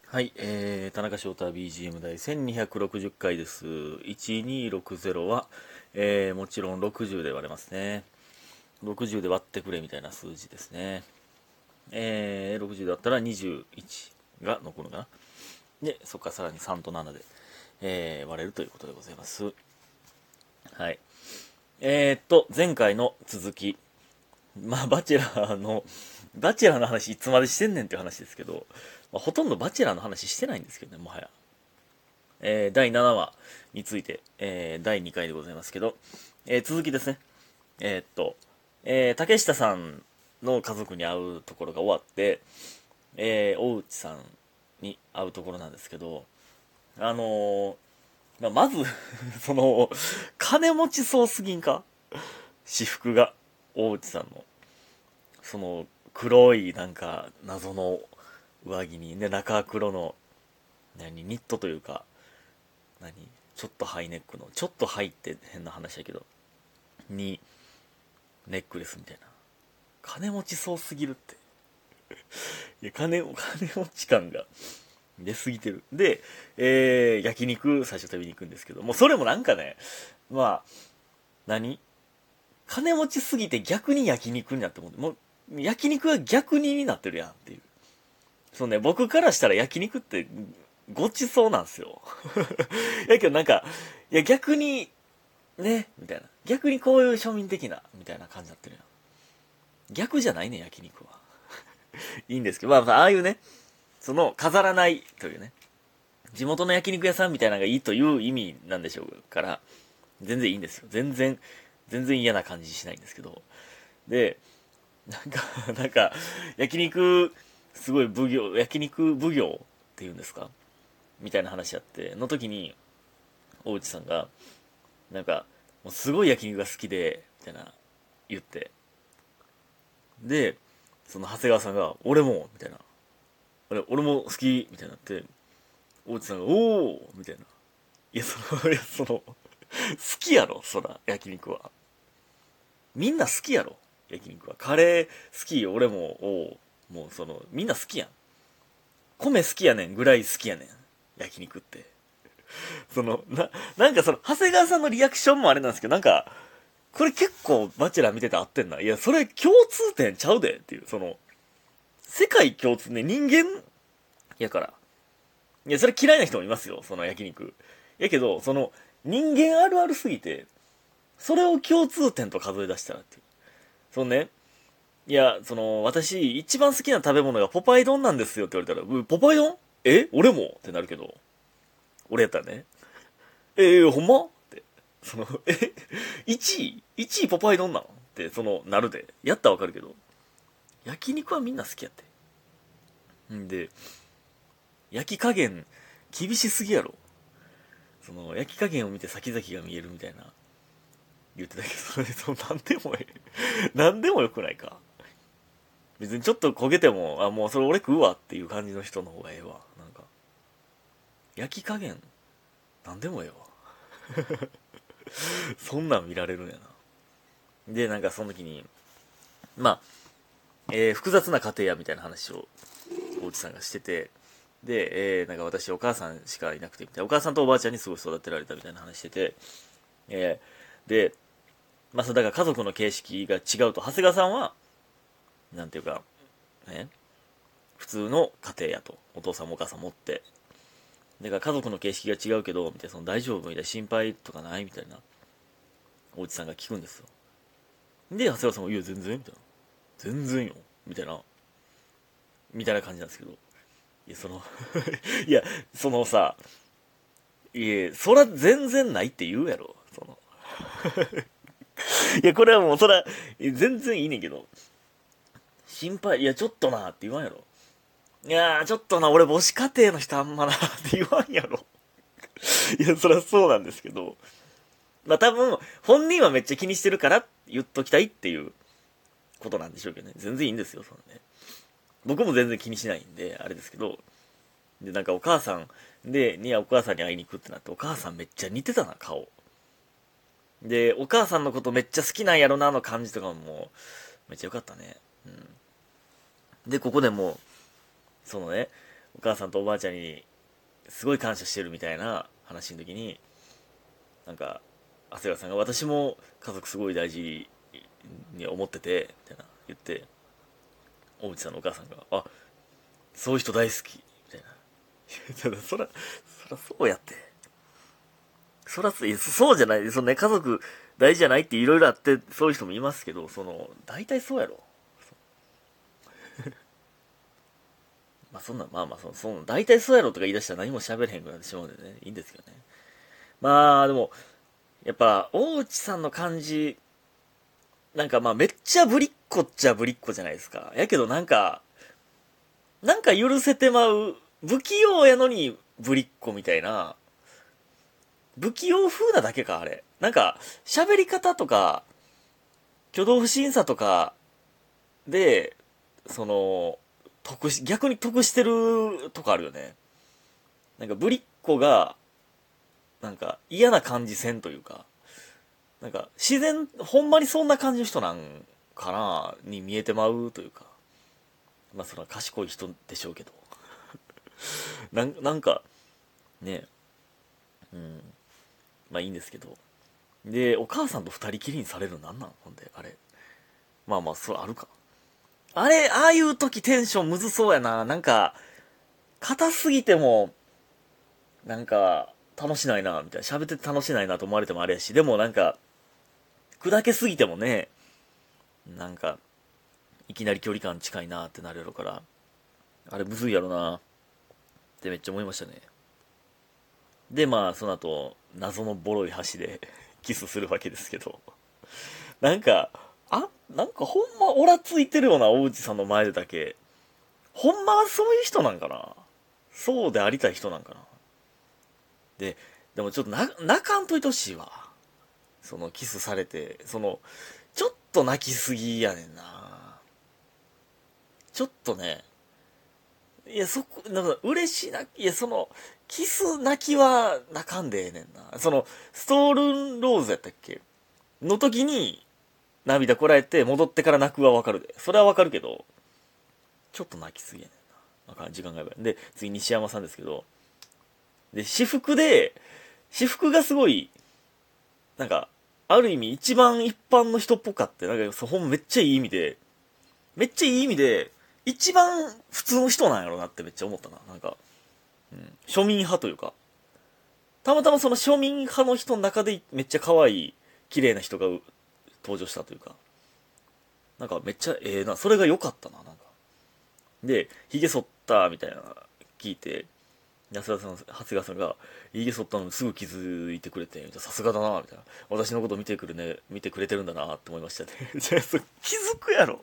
はい、田中翔太 BGM 第1260回です。1260は、もちろん60で割れますね。60で割ってくれみたいな数字ですね。60だったら21が残るかな。で、そこからさらに3と7で、割れるということでございます。はい。前回の続き。まあ、バチェラーの話いつまでしてんねんっていう話ですけど、まあ、ほとんどバチェラーの話してないんですけどね、もはや。第7話について、第2回でございますけど、続きですね。竹下さんの家族に会うところが終わって、大内さんに会うところなんですけど、まず金持ちそうすぎんか、私服が。大内さんの。黒い、なんか、謎の上着に、ね、中黒の、ニットというか、何ちょっとハイネックの、ちょっとハイって変な話だけど、に、ネックレスみたいな。金持ちそうすぎるって。いや、金持ち感が出すぎてる。で、焼肉最初食べに行くんですけど、もうそれもなんかね、まあ、何金持ちすぎて逆に焼肉になってもう、焼肉が逆になってるやんっていう。そうね、僕からしたら焼肉ってごちそうなんですよ。やけどなんか、いや逆に、ね、みたいな。逆にこういう庶民的な、みたいな感じになってるやん。逆じゃないね、焼肉は。いいんですけど、ああいうね、飾らないというね、地元の焼肉屋さんみたいなのがいいという意味なんでしょうから、全然いいんですよ。全然嫌な感じしないんですけど。で、なんか、焼肉、すごい焼肉奉行っていうんですかみたいな話あって、の時に、大内さんが、なんか、もうすごい焼肉が好きで、みたいな、言って。で、その長谷川さんが、俺も、みたいな。俺も好き、みたいになって、大内さんが、おーみたいな。いや、好きやろ、そら、焼肉は。みんな好きやろ、焼肉は。カレー好きよ、俺も、もうみんな好きやん。米好きやねんぐらい好きやねん。焼肉って。なんか長谷川さんのリアクションもあれなんですけど、なんか、これ結構バチェラー見てて合ってんな。いや、それ共通点ちゃうでっていう、世界共通ね、人間やから。いや、それ嫌いな人もいますよ、その焼肉。やけど、人間あるあるすぎて、それを共通点と数え出したらっていう。ね、いや、私、一番好きな食べ物がポパイ丼なんですよって言われたら、ポパイ丼俺もってなるけど、俺やったらね、ほんまって。1位ポパイ丼なのって、なるで。やったらわかるけど、焼肉はみんな好きやって。んで、焼き加減、厳しすぎやろ。焼き加減を見て先々が見えるみたいな、言ってたけど、なんでもなんでもよくないか。別にちょっと焦げても、もうそれ俺食うわっていう感じの人の方がええわ。なんか、焼き加減、なんでもええわ。そんなん見られるんやな。で、なんかその時に、まあ、複雑な家庭やみたいな話を大内さんがしてて、で、なんか私お母さんしかいなくてみたいな、お母さんとおばあちゃんにすごい育てられたみたいな話してて、で、だから家族の形式が違うと、長谷川さんは、なんていうか、ね、普通の家庭やと、お父さんもお母さんもって、だから家族の形式が違うけど、みたいな、大丈夫みたいな、心配とかないみたいな、お内さんが聞くんですよ。で、長谷川さんも、いや、全然みたいな。全然よ。みたいな。みたいな感じなんですけど。いや、いや、さ、いや、そら全然ないって言うやろ。いや、これはもう、全然いいねんけど、心配、いや、ちょっとなって言わんやろ。いやちょっとな、俺母子家庭の人あんまなって言わんやろ。いや、そりゃそうなんですけど、多分、本人はめっちゃ気にしてるから言っときたいっていうことなんでしょうけどね。全然いいんですよ、ね。僕も全然気にしないんで、あれですけど。で、なんかお母さんお母さんに会いに行くってなって、お母さんめっちゃ似てたな、顔。で、お母さんのことめっちゃ好きなんやろな、の感じとかも、めっちゃ良かったね。うん。で、ここでもう、ね、 お母さんとおばあちゃんにすごい感謝してるみたいな話の時に、なんか長谷川さんが私も家族すごい大事に思っててみたいな言って、大内さんのお母さんがあ、そういう人大好きみたいな。そらそうやって、そうじゃない、そのね、家族大事じゃないっていろいろあって、そういう人もいますけど、大体そうやろ。まあそんな、まあまあ大体そうやろとか言い出したら何も喋れへんくなってしまうんでね、いいんですけどね。まあでも、やっぱ、大内さんの感じ、なんかまあめっちゃぶりっ子っちゃぶりっ子じゃないですか。やけどなんか許せてまう、不器用やのにぶりっ子みたいな、不器用風なだけか、あれ。なんか、喋り方とか、挙動不審査とかで、逆に得してるとこあるよね。なんかぶりっ子が、なんか嫌な感じせんというか、なんかほんまにそんな感じの人なんかなに見えてまうというか。まあそれは賢い人でしょうけど。なんか、ね、うん、まあいいんですけど。で、お母さんと二人きりにされるのなんなんほんで、あれ。まあまあ、それあるか。あれ、ああいう時テンションむずそうやな。なんか、硬すぎても、なんか、楽しないな、みたいな。喋ってて楽しないなと思われてもあれやし、でもなんか、砕けすぎてもね、なんか、いきなり距離感近いなってなるやろから、あれむずいやろなってめっちゃ思いましたね。で、まあ、その後、謎のボロい橋でキスするわけですけど、なんか、なんかほんまオラついてるような大内さんの前でだけ、ほんまはそういう人なんかな、そうでありたい人なんかな。でもちょっと泣かんといてほしいわ。キスされて、ちょっと泣きすぎやねんな。ちょっとね、いや、なんか嬉しいな、いや、キス泣きは泣かんでええねんな。ストールンローズやったっけの時に、涙こらえて戻ってから泣くはわかるで。それはわかるけど、ちょっと泣きすぎやねんな。なんか時間がやばい。で、次西山さんですけど、で、私服がすごい、なんか、ある意味一番一般の人っぽかって、なんかほんまめっちゃいい意味で、めっちゃいい意味で、一番普通の人なんやろなってめっちゃ思ったな。なんか、庶民派というか、たまたまその庶民派の人の中でめっちゃ可愛い、綺麗な人が登場したというか、なんかめっちゃええな、それが良かったな、なんか。で、髭剃ったみたいな聞いて、長谷川さんが、髭剃ったのにすぐ気づいてくれて、さすがだな、みたいな。私のこと見てくれてるんだな、って思いましたね。じゃあ、気づくやろ。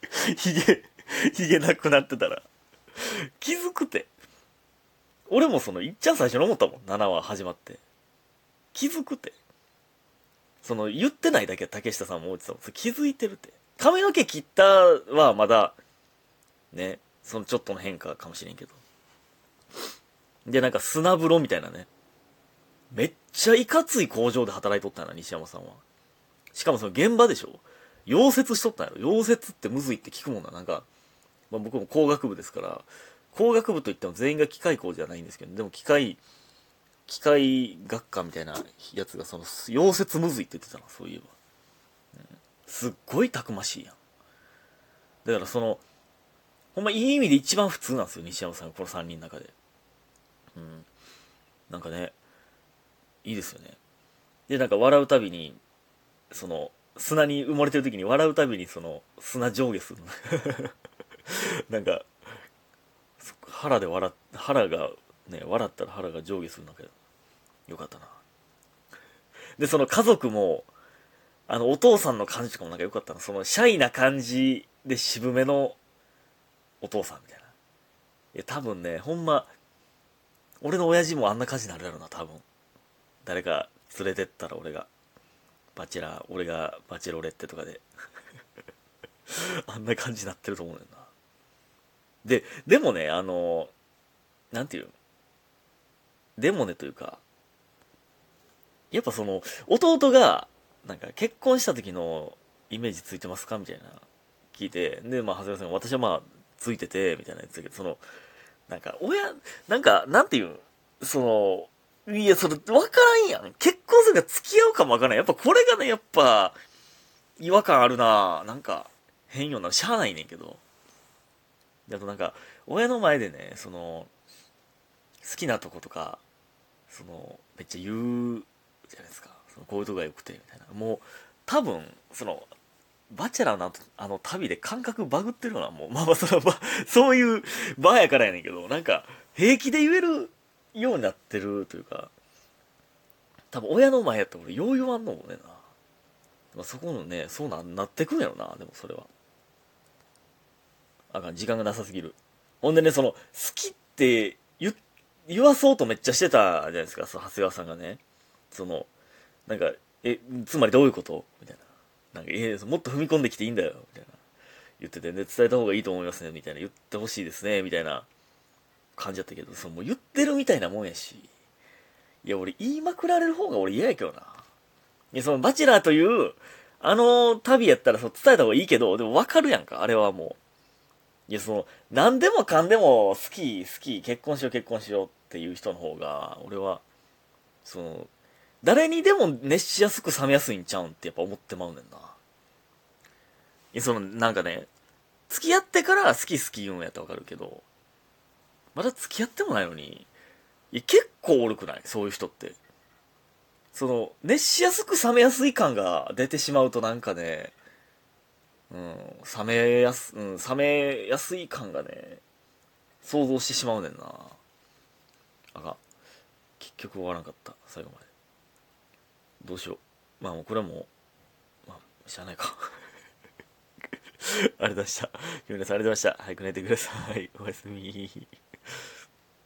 髭なくなってたら。気づくて。俺もいっちゃん最初に思ったもん。7話始まって。気づくて。言ってないだけは竹下さんも落ちたもん。気づいてるって。髪の毛切ったはまだ、ね、ちょっとの変化かもしれんけど。で、なんか砂風呂みたいなね。めっちゃいかつい工場で働いとったんやな、西山さんは。しかも現場でしょ、溶接しとったんやろ。溶接ってむずいって聞くもんな。なんか、まあ、僕も工学部ですから、工学部といっても全員が機械工じゃないんですけど、でも機械学科みたいなやつが溶接むずいって言ってたな、そういえば。すっごいたくましいやん。だからほんまいい意味で一番普通なんですよ、西山さん、この3人の中で。うん。なんかね、いいですよね。で、なんか笑うたびに、砂に埋もれてる時に笑うたびに砂上下するの。なんか、腹が、ね、笑ったら腹が上下するんだけど、よかったな。で、家族も、お父さんの感じとかもなんかよかったな。シャイな感じで渋めのお父さんみたいな。いや、多分ね、ほんま、俺の親父もあんな感じになるやろな、多分。誰か連れてったら俺がバチェロレッテとかであんな感じになってると思うねんな。でもね、なんていう、でもねというか、やっぱ弟が、なんか結婚した時のイメージついてますかみたいな聞いて、で、まあ、長谷川さんが私はまあ、ついてて、みたいなやつだけど、 なんか、なんか、なんていう、いや、それ、わからんやん。結婚するか付き合うかもわからん。やっぱこれがね、やっぱ、違和感あるななんか、変よな。しゃあないねんけど。あとなんか、親の前でね、好きなとことか、めっちゃ言うじゃないですか。こういうとこが良くて、みたいな。もう、多分、バチェラーの旅で感覚バグってるよな、もう。まあまあ、そういう場やからやねんけど、なんか、平気で言えるようになってるというか、多分親の前やったら俺、よう言わんのもねな。まあ、そこのね、なってくんやろな、でもそれは。あかん、時間がなさすぎる。ほんでね、好きって言わそうとめっちゃしてたじゃないですか、長谷川さんがね。その、なんか、つまりどういうことみたいな。なんか、もっと踏み込んできていいんだよ、みたいな。言ってて、ね、伝えた方がいいと思いますね、みたいな。言ってほしいですね、みたいな感じだったけど、もう言ってるみたいなもんやし。いや、俺言いまくられる方が俺嫌やけどな。いや、バチェラーという、旅やったら伝えた方がいいけど、でもわかるやんか、あれはもう。いや、何でもかんでも好き、結婚しよう、結婚しようっていう人の方が、俺は、誰にでも熱しやすく冷めやすいんちゃうんってやっぱ思ってまうねんな。いや、なんかね、付き合ってから好き好き言うんやったらわかるけど、まだ付き合ってもないのに、いや、結構おるくないそういう人って。熱しやすく冷めやすい感が出てしまうとなんかね、うん、冷めやすい感がね、想像してしまうねんな。あかん。結局終わらんかった、最後まで。どうしよう。まあもうこれはもう、まあ、しゃあないか。ありがとうございました。皆さんありがとうございました。早く寝てください。おやすみ。